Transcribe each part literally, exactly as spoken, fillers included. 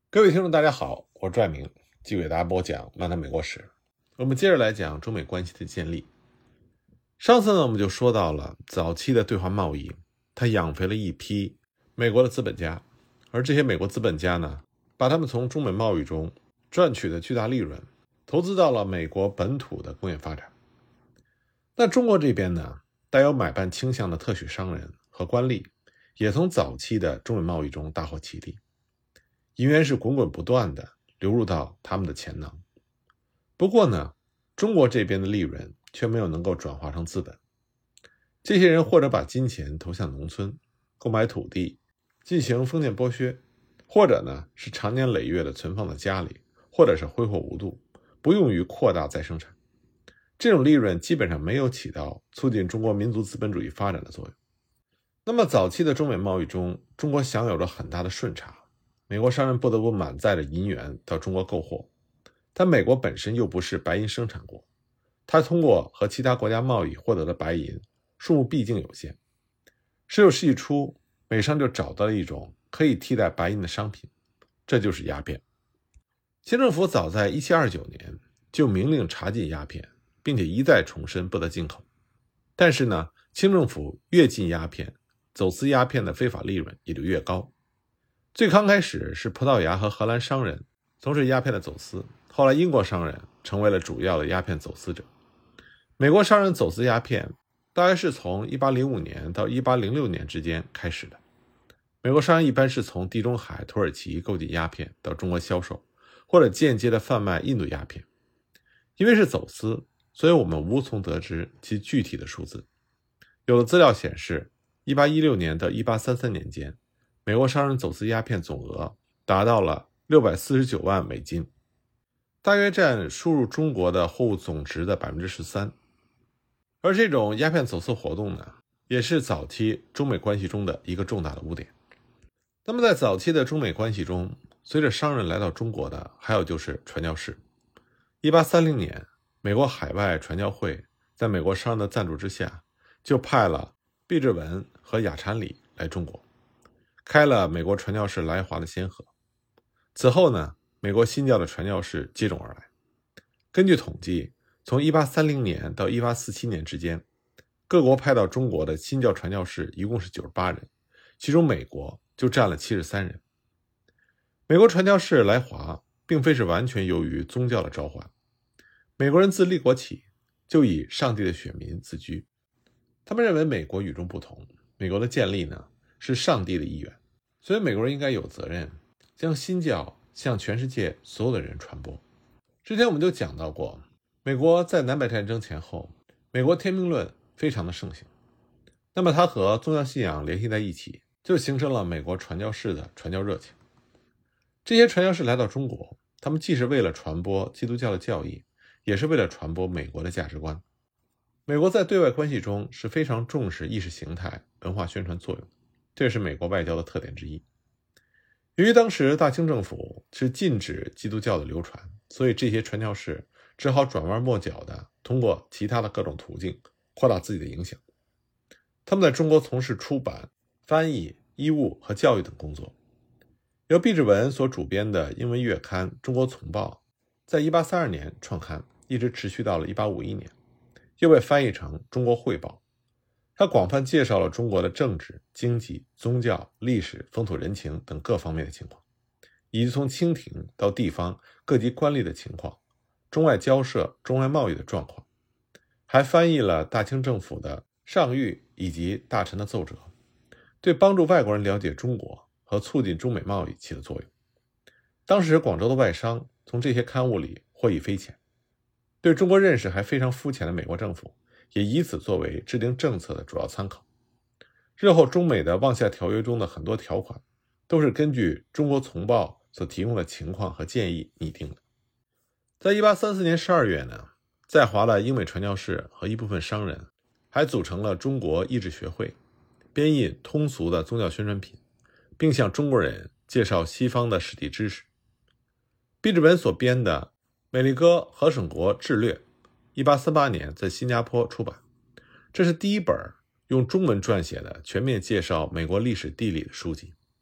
各位听众大家好，我是拽明，继续给大家播讲漫谈美国史。我们接着来讲中美关系的建立。上次呢，我们就说到了早期的对华贸易，它养肥了一批美国的资本家，而这些美国资本家呢，把他们从中美贸易中赚取的巨大利润投资到了美国本土的工业发展。那中国这边呢，带有买办倾向的特许商人和官吏也从早期的中美贸易中大获其利，银元是滚滚不断的流入到他们的钱囊。不过呢，中国这边的利润却没有能够转化成资本。这些人或者把金钱投向农村，购买土地，进行封建剥削，或者呢是长年累月的存放在家里，或者是挥霍无度，不用于扩大再生产。这种利润基本上没有起到促进中国民族资本主义发展的作用。那么早期的中美贸易中，中国享有着很大的顺差，美国商人不得不满载着银元到中国购货，但美国本身又不是白银生产国，它通过和其他国家贸易获得的白银数目毕竟有限。十九世纪初，美商就找到了一种可以替代白银的商品，这就是鸦片。清政府早在一七二九年就明令查禁鸦片，并且一再重申不得进口。但是呢，清政府越禁鸦片，走私鸦片的非法利润也就越高。最刚开始是葡萄牙和荷兰商人从事鸦片的走私，后来英国商人成为了主要的鸦片走私者。美国商人走私鸦片大概是从一八零五年到一八零六年之间开始的。美国商人一般是从地中海、土耳其购进鸦片到中国销售，或者间接的贩卖印度鸦片。因为是走私，所以我们无从得知其具体的数字。有的资料显示，一八一六年到一八三三年间，美国商人走私鸦片总额达到了六百四十九万美金，大约占输入中国的货物总值的 百分之十三。 而这种鸦片走私活动呢，也是早期中美关系中的一个重大的污点。那么在早期的中美关系中，随着商人来到中国的还有就是传教士。一八三零年，美国海外传教会在美国商人的赞助之下，就派了毕志文和雅产里来中国，开了美国传教士来华的先河。此后呢，美国新教的传教士接踵而来。根据统计，从一八三零年到一八四七年之间，各国派到中国的新教传教士一共是九十八人，其中美国就占了七十三人。美国传教士来华并非是完全由于宗教的召唤，美国人自立国起就以上帝的选民自居。他们认为美国与众不同，美国的建立呢是上帝的意愿，所以美国人应该有责任将新教向全世界所有的人传播。之前我们就讲到过，美国在南北战争前后，美国天命论非常的盛行，那么它和宗教信仰联系在一起，就形成了美国传教士的传教热情。这些传教士来到中国，他们既是为了传播基督教的教义，也是为了传播美国的价值观。美国在对外关系中是非常重视意识形态文化宣传作用，这是美国外交的特点之一。由于当时大清政府是禁止基督教的流传，所以这些传教士只好转弯抹角的通过其他的各种途径扩大自己的影响。他们在中国从事出版、翻译、医务和教育等工作。由毕志文所主编的英文月刊《中国丛报》在一八三二年创刊，一直持续到了一八五一年，又被翻译成《中国汇报》。它广泛介绍了中国的政治、经济、宗教、历史、风土人情等各方面的情况，以及从清廷到地方各级官吏的情况，中外交涉、中外贸易的状况，还翻译了大清政府的上谕以及大臣的奏折，对帮助外国人了解中国和促进中美贸易起了作用。当时广州的外商从这些刊物里获益匪浅，对中国认识还非常肤浅的美国政府也以此作为制定政策的主要参考。日后中美的望厦条约中的很多条款都是根据中国丛报所提供的情况和建议拟定的。在一八三四年十二月呢，在华的英美传教士和一部分商人还组成了中国译制学会，编印通俗的宗教宣传品，并向中国人介绍西方的史地知识。毕志文所编的《美利哥河省国志略》一八三八年在新加坡出版，这是第一本用中文撰写的全面介绍美国历史地理的书籍。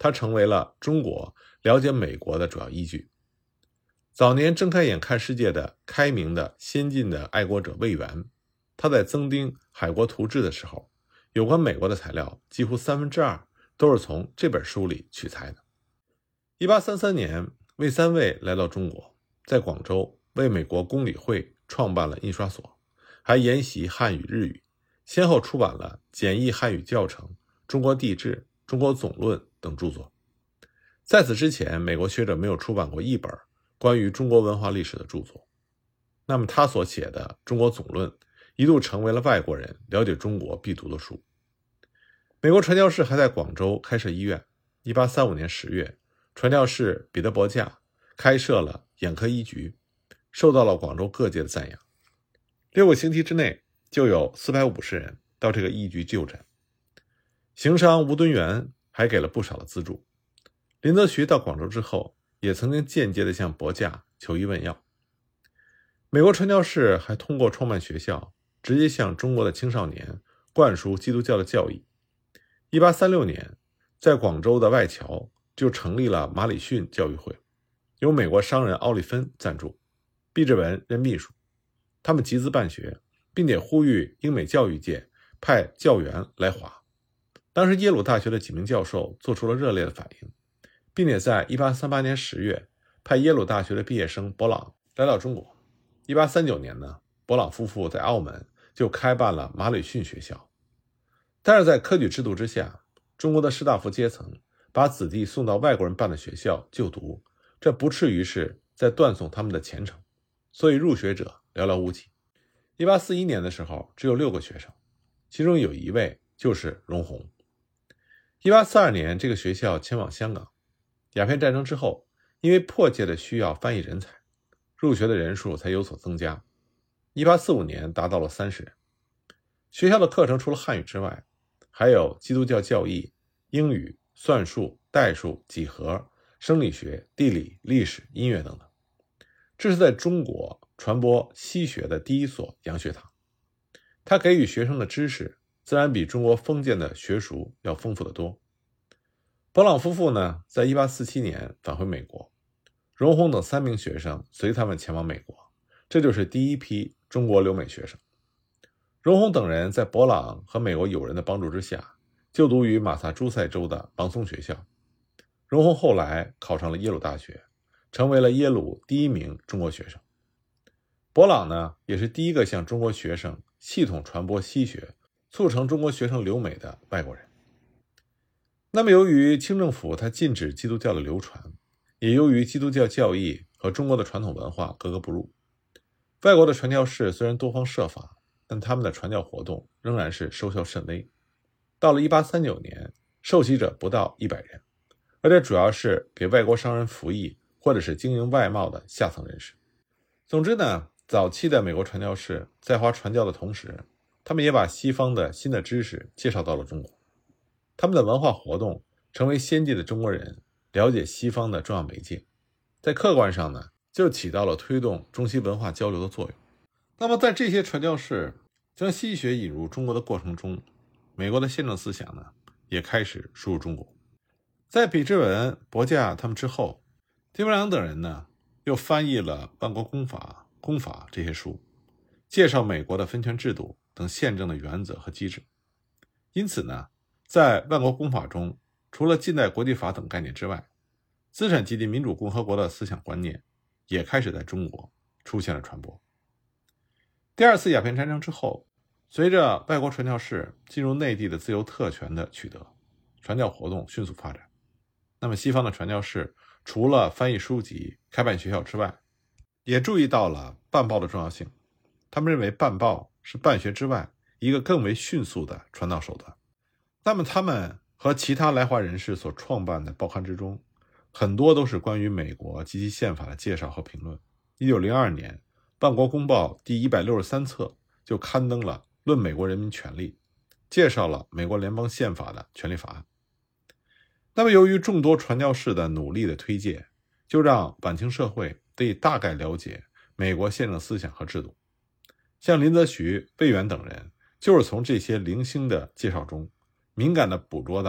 它成为了中国了解美国的主要依据。早年睁开眼看世界的开明的先进的爱国者魏源，他在增订海国图志的时候，有关美国的材料几乎三分之二都是从这本书里取材的。一八三三年，魏三卫来到中国，在广州为美国公理会创办了印刷所，还研习汉语日语，先后出版了简易汉语教程、中国地志、中国总论等著作。在此之前，美国学者没有出版过一本关于中国文化历史的著作。那么他所写的中国总论一度成为了外国人了解中国必读的书。美国传教士还在广州开设医院。一八三五年十月，传教士彼得伯驾开设了眼科医局，受到了广州各界的赞扬。六个星期之内就有四百五十人到这个医局就诊。行商吴敦元还给了不少的资助。林则徐到广州之后，也曾经间接地向伯驾求医问药。美国传教士还通过创办学校，直接向中国的青少年灌输基督教的教义。一八三六年，在广州的外侨就成立了马里逊教育会，由美国商人奥利芬赞助，毕志文任秘书。他们集资办学，并且呼吁英美教育界派教员来华。当时耶鲁大学的几名教授做出了热烈的反应，并且在一八三八年十月派耶鲁大学的毕业生勃朗来到中国。一八三九年呢，勃朗夫妇在澳门就开办了马里逊学校。但是在科举制度之下，中国的士大夫阶层把子弟送到外国人办的学校就读，这不至于是在断送他们的前程，所以入学者寥寥无几。一八四一年的时候，只有六个学生，其中有一位就是荣闳。一八四二年，这个学校迁往香港。鸦片战争之后，因为迫切的需要翻译人才，入学的人数才有所增加。一八四五年达到了三十人。学校的课程除了汉语之外，还有基督教教义、英语、算术、代数、几何、生理学、地理、历史、音乐等等。这是在中国传播西学的第一所洋学堂。它给予学生的知识自然比中国封建的学术要丰富得多。勃朗夫妇呢，在一八四七年返回美国，荣闳等三名学生随他们前往美国，这就是第一批中国留美学生。荣闳等人在勃朗和美国友人的帮助之下，就读于马萨诸塞州的朗松学校。荣闳后来考上了耶鲁大学，成为了耶鲁第一名中国学生。勃朗呢，也是第一个向中国学生系统传播西学，促成中国学生留美的外国人。那么由于清政府它禁止基督教的流传，也由于基督教教义和中国的传统文化格格不入，外国的传教士虽然多方设法，但他们的传教活动仍然是收效甚微。到了一八三九年，受洗者不到一百人，而这主要是给外国商人服役或者是经营外贸的下层人士。总之呢，早期的美国传教士在华传教的同时，他们也把西方的新的知识介绍到了中国。他们的文化活动成为先进的中国人了解西方的重要媒介，在客观上呢，就起到了推动中西文化交流的作用。那么在这些传教士将西学引入中国的过程中，美国的宪政思想呢，也开始输入中国。在比之文、伯驾他们之后，丁伯良等人呢，又翻译了《万国公法》《公法》这些书，介绍美国的分权制度等宪政的原则和机制。因此呢，在《万国公法》中，除了近代国际法等概念之外，资产阶级民主共和国的思想观念也开始在中国出现了传播。第二次鸦片战争之后，随着外国传教士进入内地的自由特权的取得，传教活动迅速发展。那么西方的传教士除了翻译书籍、开办学校之外，也注意到了办报的重要性。他们认为办报是办学之外一个更为迅速的传道手段。那么他们和其他来华人士所创办的报刊之中，很多都是关于美国及其宪法的介绍和评论。一九零二年，万国公报第一百六十三册就刊登了《论美国人民权利》，介绍了美国联邦宪法的权利法案。那么由于众多传教士的努力的推介，就让晚清社会得以大概了解美国宪政思想和制度。像林则徐、魏源等人就是从这些零星的介绍中敏感地捕捉到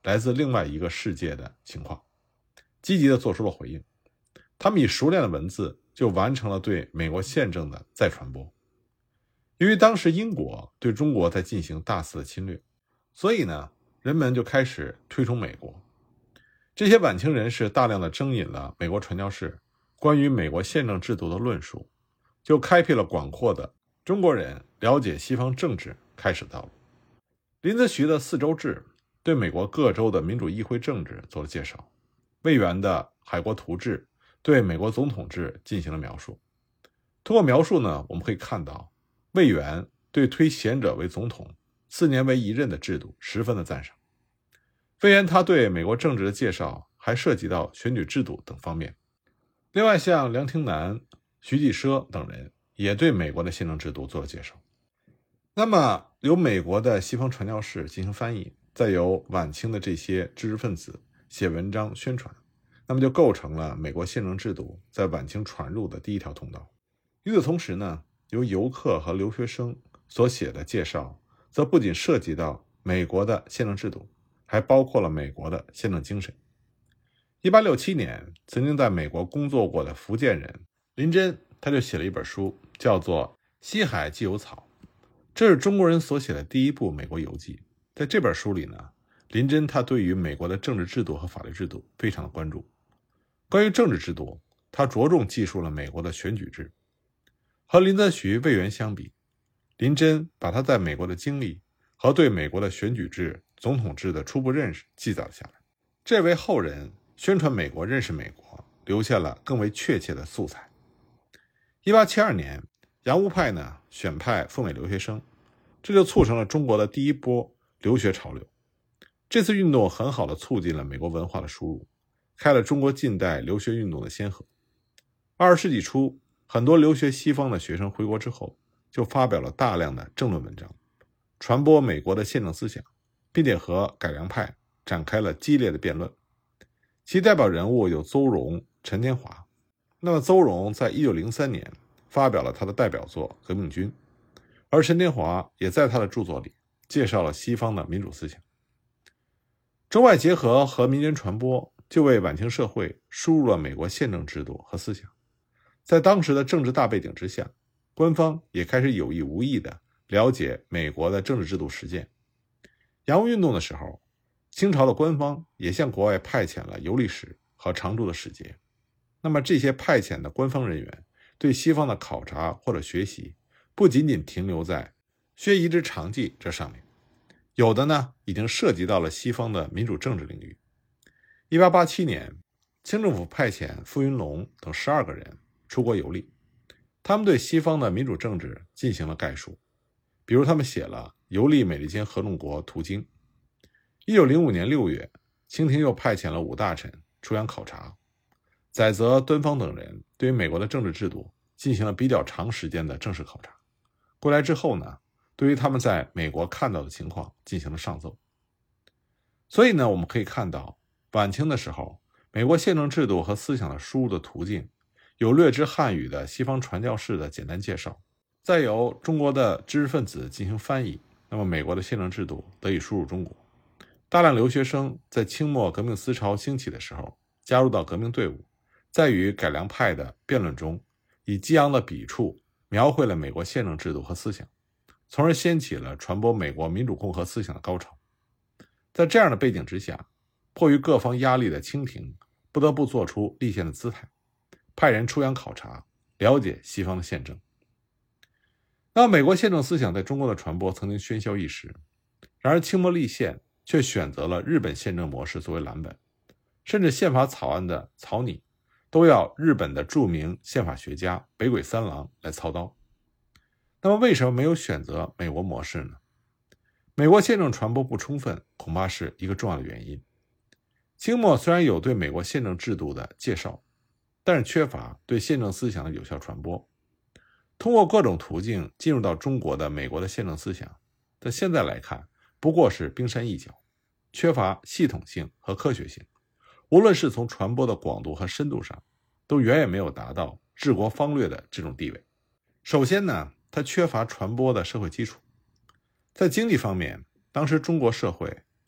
来自另外一个世界的情况，积极地做出了回应。他们以熟练的文字就完成了对美国宪政的再传播。由于当时英国对中国在进行大肆的侵略，所以呢，人们就开始推崇美国。这些晚清人士大量的征引了美国传教士关于美国宪政制度的论述，就开辟了广阔的中国人了解西方政治开始道路。林则徐的四州志对美国各州的民主议会政治做了介绍，魏源的海国图志对美国总统制进行了描述。通过描述呢，我们可以看到魏源对推贤者为总统、四年为一任的制度十分的赞赏。魏源他对美国政治的介绍还涉及到选举制度等方面。另外像梁廷南、徐继奢等人也对美国的宪政制度做了介绍。那么由美国的西方传教士进行翻译，再由晚清的这些知识分子写文章宣传，那么就构成了美国宪政制度在晚清传入的第一条通道。与此同时呢，由游客和留学生所写的介绍则不仅涉及到美国的宪政制度，还包括了美国的宪政精神。一八六七年曾经在美国工作过的福建人林真，他就写了一本书叫做《西海寄游草》，这是中国人所写的第一部美国游记。在这本书里呢，林真他对于美国的政治制度和法律制度非常的关注。关于政治制度，他着重记述了美国的选举制。和林则徐、魏源相比，林真把他在美国的经历和对美国的选举制、总统制的初步认识记载了下来，这为后人宣传美国、认识美国留下了更为确切的素材。一八七二年，洋务派呢选派赴美留学生，这就促成了中国的第一波留学潮流。这次运动很好的促进了美国文化的输入，开了中国近代留学运动的先河。二十世纪初，很多留学西方的学生回国之后，就发表了大量的政论文章，传播美国的宪政思想，并且和改良派展开了激烈的辩论。其代表人物有邹容、陈天华。那么邹容在一九零三年发表了他的代表作《革命军》，而陈天华也在他的著作里介绍了西方的民主思想。中外结合和民间传播就为晚清社会输入了美国宪政制度和思想。在当时的政治大背景之下，官方也开始有意无意地了解美国的政治制度实践。洋务运动的时候，清朝的官方也向国外派遣了游历使和常驻的使节。那么这些派遣的官方人员对西方的考察或者学习，不仅仅停留在薛夷之长记这上面，有的呢已经涉及到了西方的民主政治领域。一八八七年，清政府派遣傅云龙等十二个人出国游历，他们对西方的民主政治进行了概述。比如他们写了《游历美利坚合众国图经》。一九零五年六月，清廷又派遣了五大臣出洋考察，载泽、端方等人对于美国的政治制度进行了比较长时间的正式考察。归来之后呢，对于他们在美国看到的情况进行了上奏。所以呢，我们可以看到晚清的时候，美国宪政制度和思想的输入的途径，有略知汉语的西方传教士的简单介绍，再由中国的知识分子进行翻译，那么美国的宪政制度得以输入中国。大量留学生在清末革命思潮兴起的时候加入到革命队伍，在与改良派的辩论中，以激昂的笔触描绘了美国宪政制度和思想，从而掀起了传播美国民主共和思想的高潮。在这样的背景之下，迫于各方压力的清廷不得不做出立宪的姿态，派人出洋考察，了解西方的宪政。那美国宪政思想在中国的传播曾经喧嚣一时，然而清末立宪却选择了日本宪政模式作为蓝本，甚至宪法草案的草拟都要日本的著名宪法学家北鬼三郎来操刀。那么为什么没有选择美国模式呢？美国宪政传播不充分，恐怕是一个重要的原因。清末虽然有对美国宪政制度的介绍，但是缺乏对宪政思想的有效传播。通过各种途径进入到中国的美国的宪政思想，在现在来看不过是冰山一角，缺乏系统性和科学性，无论是从传播的广度和深度上，都远远没有达到治国方略的这种地位。首先呢，它缺乏传播的社会基础。在经济方面，当时中国社会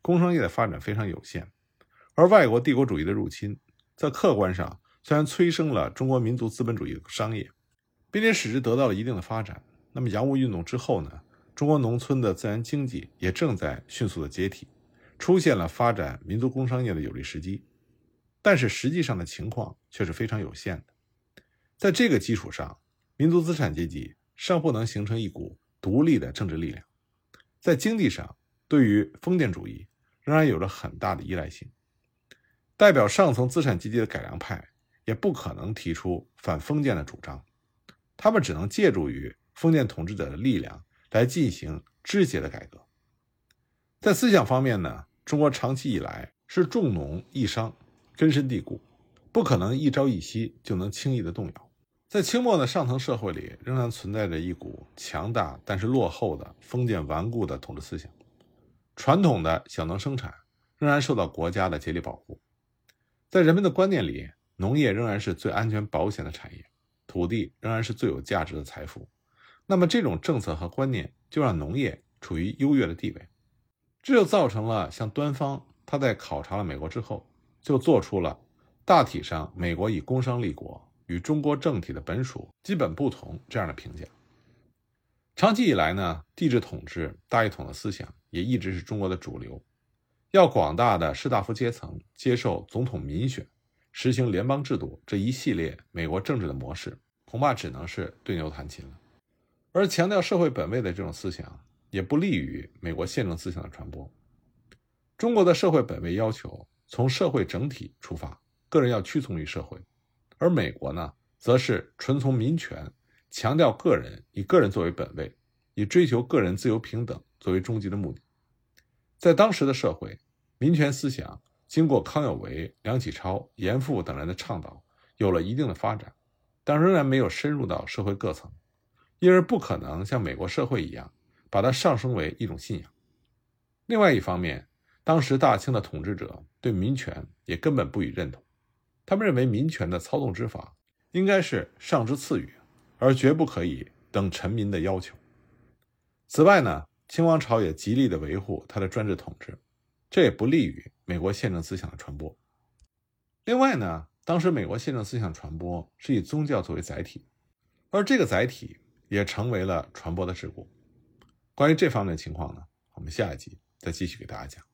工商业的发展非常有限，而外国帝国主义的入侵在客观上虽然催生了中国民族资本主义的商业，并且使之得到了一定的发展，那么洋务运动之后呢，中国农村的自然经济也正在迅速的解体，出现了发展民族工商业的有利时机，但是实际上的情况却是非常有限的。在这个基础上，民族资产阶级尚不能形成一股独立的政治力量，在经济上对于封建主义仍然有着很大的依赖性。代表上层资产阶级的改良派也不可能提出反封建的主张，他们只能借助于封建统治者的力量来进行肢节的改革。在思想方面呢，中国长期以来是重农抑商，根深蒂固，不可能一朝一夕就能轻易的动摇。在清末的上层社会里，仍然存在着一股强大但是落后的封建顽固的统治思想，传统的小农生产仍然受到国家的竭力保护。在人们的观念里，农业仍然是最安全保险的产业，土地仍然是最有价值的财富。那么这种政策和观念就让农业处于优越的地位，这就造成了像端方他在考察了美国之后，就做出了大体上美国以工商立国，与中国政体的本属基本不同这样的评价。长期以来呢，帝制统治大一统的思想也一直是中国的主流，要广大的士大夫阶层接受总统民选，实行联邦制度这一系列美国政治的模式，恐怕只能是对牛弹琴了。而强调社会本位的这种思想也不利于美国宪政思想的传播。中国的社会本位要求从社会整体出发，个人要屈从于社会，而美国呢，则是纯从民权，强调个人，以个人作为本位，以追求个人自由平等作为终极的目的。在当时的社会，民权思想经过康有为、梁启超、严复等人的倡导，有了一定的发展，但仍然没有深入到社会各层，因而不可能像美国社会一样把它上升为一种信仰。另外一方面，当时大清的统治者对民权也根本不予认同，他们认为民权的操纵之法应该是上之赐予，而绝不可以等臣民的要求。此外呢，清王朝也极力地维护他的专制统治，这也不利于美国宪政思想的传播。另外呢，当时美国宪政思想传播是以宗教作为载体，而这个载体也成为了传播的桎梏。关于这方面的情况呢，我们下一集再继续给大家讲。